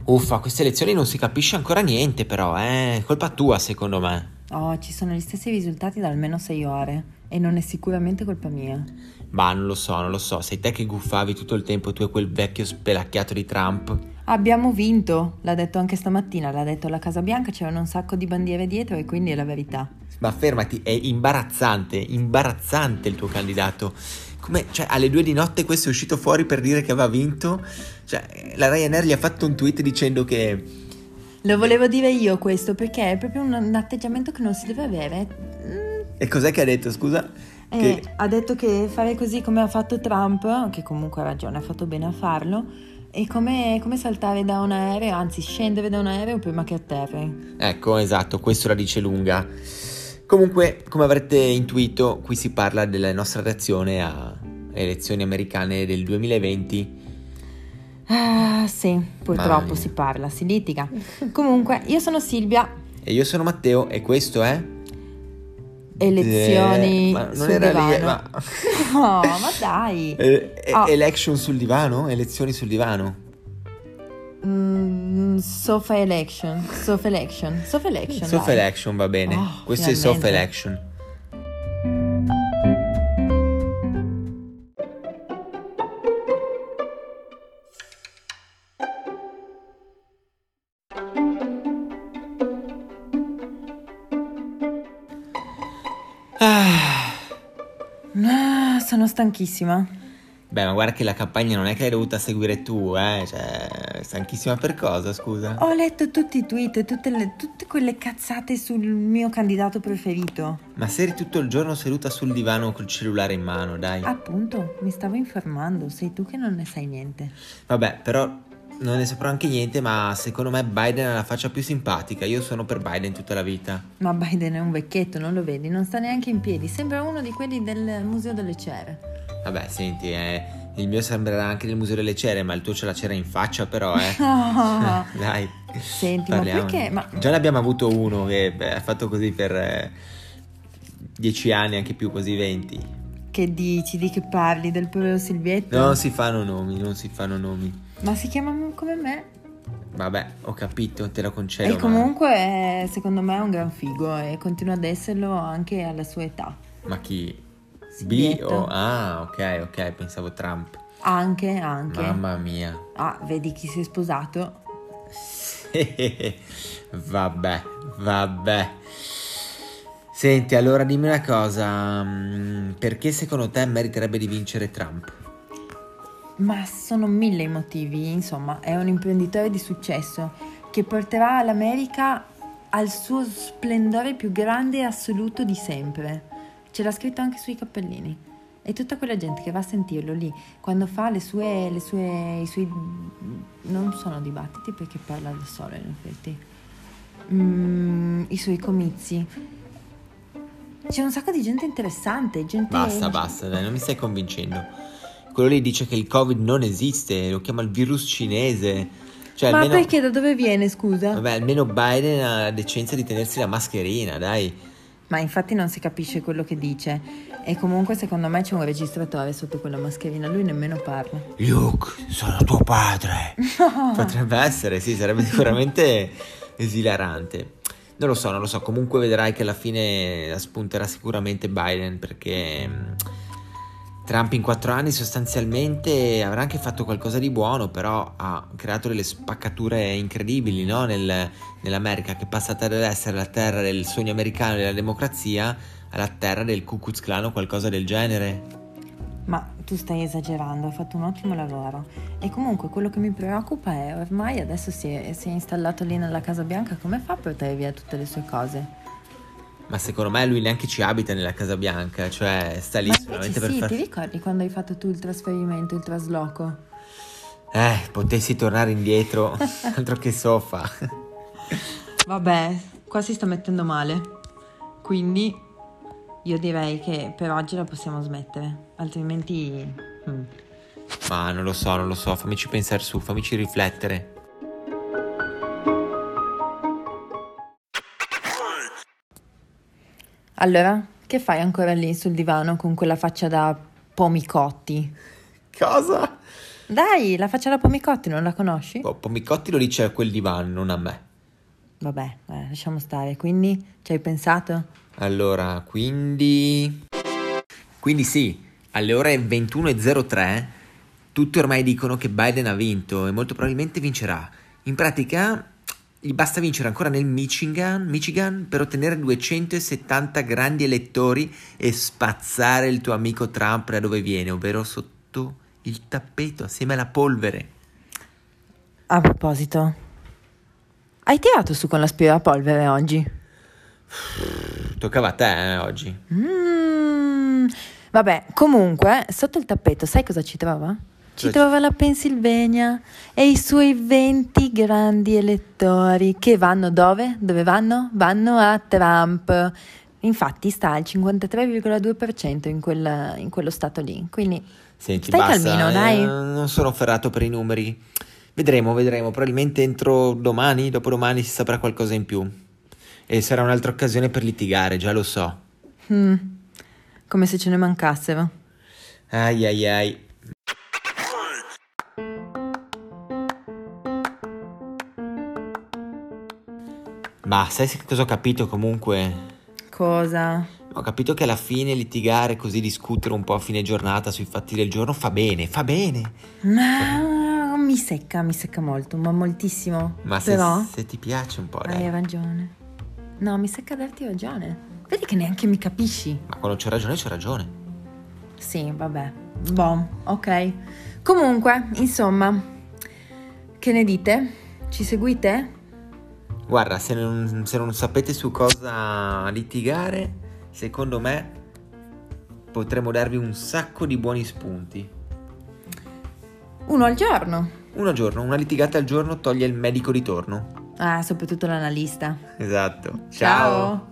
Uffa, queste elezioni non si capisce ancora niente però, colpa tua secondo me. Oh, ci sono gli stessi risultati da almeno 6 ore e non è sicuramente colpa mia. Ma non lo so, sei te che guffavi tutto il tempo tu e quel vecchio spelacchiato di Trump. Abbiamo vinto, l'ha detto anche stamattina, l'ha detto alla Casa Bianca, c'erano un sacco di bandiere dietro e quindi è la verità. Ma fermati, è imbarazzante il tuo candidato. Come, cioè, alle 2 di notte questo è uscito fuori per dire che aveva vinto? Cioè, la Ryanair gli ha fatto un tweet dicendo che... Lo volevo dire io questo perché è proprio un atteggiamento che non si deve avere. E cos'è che ha detto, scusa? Ha detto che fare così come ha fatto Trump, che comunque ha ragione, ha fatto bene a farlo, è come saltare da un aereo, anzi scendere da un aereo prima che atterri. Ecco, esatto, questo la dice lunga. Comunque, come avrete intuito, qui si parla della nostra reazione alle elezioni americane del 2020. Ah, sì, purtroppo si parla, si litiga. Comunque, io sono Silvia. E io sono Matteo e questo è... Elezioni ma non sul era lì, divano. No, ma dai. Election sul divano? Elezioni sul divano? Sofa election. Soft Dai. election va bene. Oh, Questo è finalmente. soft election. Ah, sono stanchissima. Beh, ma guarda che la campagna non è che l'hai dovuta seguire tu, Cioè, stanchissima per cosa, scusa? Ho letto tutti i tweet, tutte quelle cazzate sul mio candidato preferito. Ma se eri tutto il giorno seduta sul divano col cellulare in mano, dai. Appunto, mi stavo informando, sei tu che non ne sai niente. Vabbè, però non ne saprò anche niente, ma secondo me Biden ha la faccia più simpatica. Io sono per Biden tutta la vita. Ma Biden è un vecchietto, non lo vedi? Non sta neanche in piedi, sembra uno di quelli del Museo delle Cere. Vabbè, senti, il mio sembrerà anche del Museo delle Cere, ma il tuo ce l'ha cera in faccia però, Ah, Dai, senti, parliamo. ma perché? Ma Già ne abbiamo avuto uno che ha fatto così per 10 anni, anche più, così 20. che dici? Di che parli? Del povero Silvietto? Non si fanno nomi. Ma si chiama come me? Vabbè, ho capito, te lo concedo, E comunque, secondo me è un gran figo e continua ad esserlo anche alla sua età. Ma chi? Silvietto. Ah, ok, pensavo Trump. Anche. Mamma mia. Ah, vedi chi si è sposato? Vabbè. Senti, allora dimmi una cosa, perché secondo te meriterebbe di vincere Trump? Ma sono 1000 i motivi, insomma, è un imprenditore di successo che porterà l'America al suo splendore più grande e assoluto di sempre. Ce l'ha scritto anche sui cappellini. E tutta quella gente che va a sentirlo lì quando fa i suoi non sono dibattiti perché parla da solo in effetti. I suoi comizi. C'è un sacco di gente interessante, gente... Basta, dai, non mi stai convincendo. Quello lì dice che il Covid non esiste, lo chiama il virus cinese. Cioè, Ma almeno... perché da dove viene, scusa? Vabbè, almeno Biden ha la decenza di tenersi la mascherina, dai. Ma infatti non si capisce quello che dice. E comunque secondo me c'è un registratore sotto quella mascherina, lui nemmeno parla. Luke, sono tuo padre. Potrebbe essere, sì, sarebbe sicuramente esilarante. Non lo so, comunque vedrai che alla fine la spunterà sicuramente Biden perché Trump in 4 anni sostanzialmente avrà anche fatto qualcosa di buono, però ha creato delle spaccature incredibili, no? Nell'America, che è passata dall'essere la terra del sogno americano e della democrazia alla terra del Ku Klux Klan o qualcosa del genere. Ma tu stai esagerando, hai fatto un ottimo lavoro. E comunque quello che mi preoccupa è ormai adesso si è installato lì nella Casa Bianca, come fa a portare via tutte le sue cose? Ma secondo me lui neanche ci abita nella Casa Bianca, cioè sta lì Ma solamente invece per sì, ti ricordi quando hai fatto tu il trasferimento, il trasloco? potessi tornare indietro, altro che sofa. Vabbè, qua si sta mettendo male. Quindi io direi che per oggi la possiamo smettere, altrimenti... Ma non lo so, fammici pensare su, fammici riflettere. Allora, che fai ancora lì sul divano con quella faccia da pomicotti? Cosa? Dai, la faccia da Pomicotti, non la conosci? Pomicotti lo dice a quel divano, non a me. Vabbè, lasciamo stare. Quindi, ci hai pensato? Allora, quindi sì, alle ore 21:03 tutti ormai dicono che Biden ha vinto e molto probabilmente vincerà. In pratica gli basta vincere ancora nel Michigan per ottenere 270 grandi elettori e spazzare il tuo amico Trump da dove viene, ovvero sotto il tappeto assieme alla polvere. A proposito, hai tirato su con l'aspirapolvere oggi? Toccava a te, oggi. Vabbè, comunque, sotto il tappeto, sai cosa ci trova? Ci trova la Pennsylvania e i suoi 20 grandi elettori che vanno dove? Dove vanno? Vanno a Trump. Infatti sta al 53,2% in quello stato lì. Quindi senti, stai basta, calmino, dai. Non sono ferrato per i numeri. Vedremo. Probabilmente entro domani, dopodomani si saprà qualcosa in più. E sarà un'altra occasione per litigare, già lo so. Come se ce ne mancassero. Ai ai ai. Ma sai cosa ho capito comunque? Cosa? Ho capito che alla fine litigare, così discutere un po' a fine giornata sui fatti del giorno fa bene. Ma mi secca molto, ma moltissimo. Ma Però se ti piace un po', hai dai. ragione. No, mi secca darti ragione. Vedi che neanche mi capisci. Ma quando c'ho ragione, c'ho ragione. Sì, vabbè. Boh, ok. Comunque, insomma, che ne dite? Ci seguite? Guarda, se non sapete su cosa litigare, secondo me potremmo darvi un sacco di buoni spunti. Uno al giorno. Uno al giorno, una litigata al giorno toglie il medico di torno. Soprattutto l'analista. Esatto. Ciao.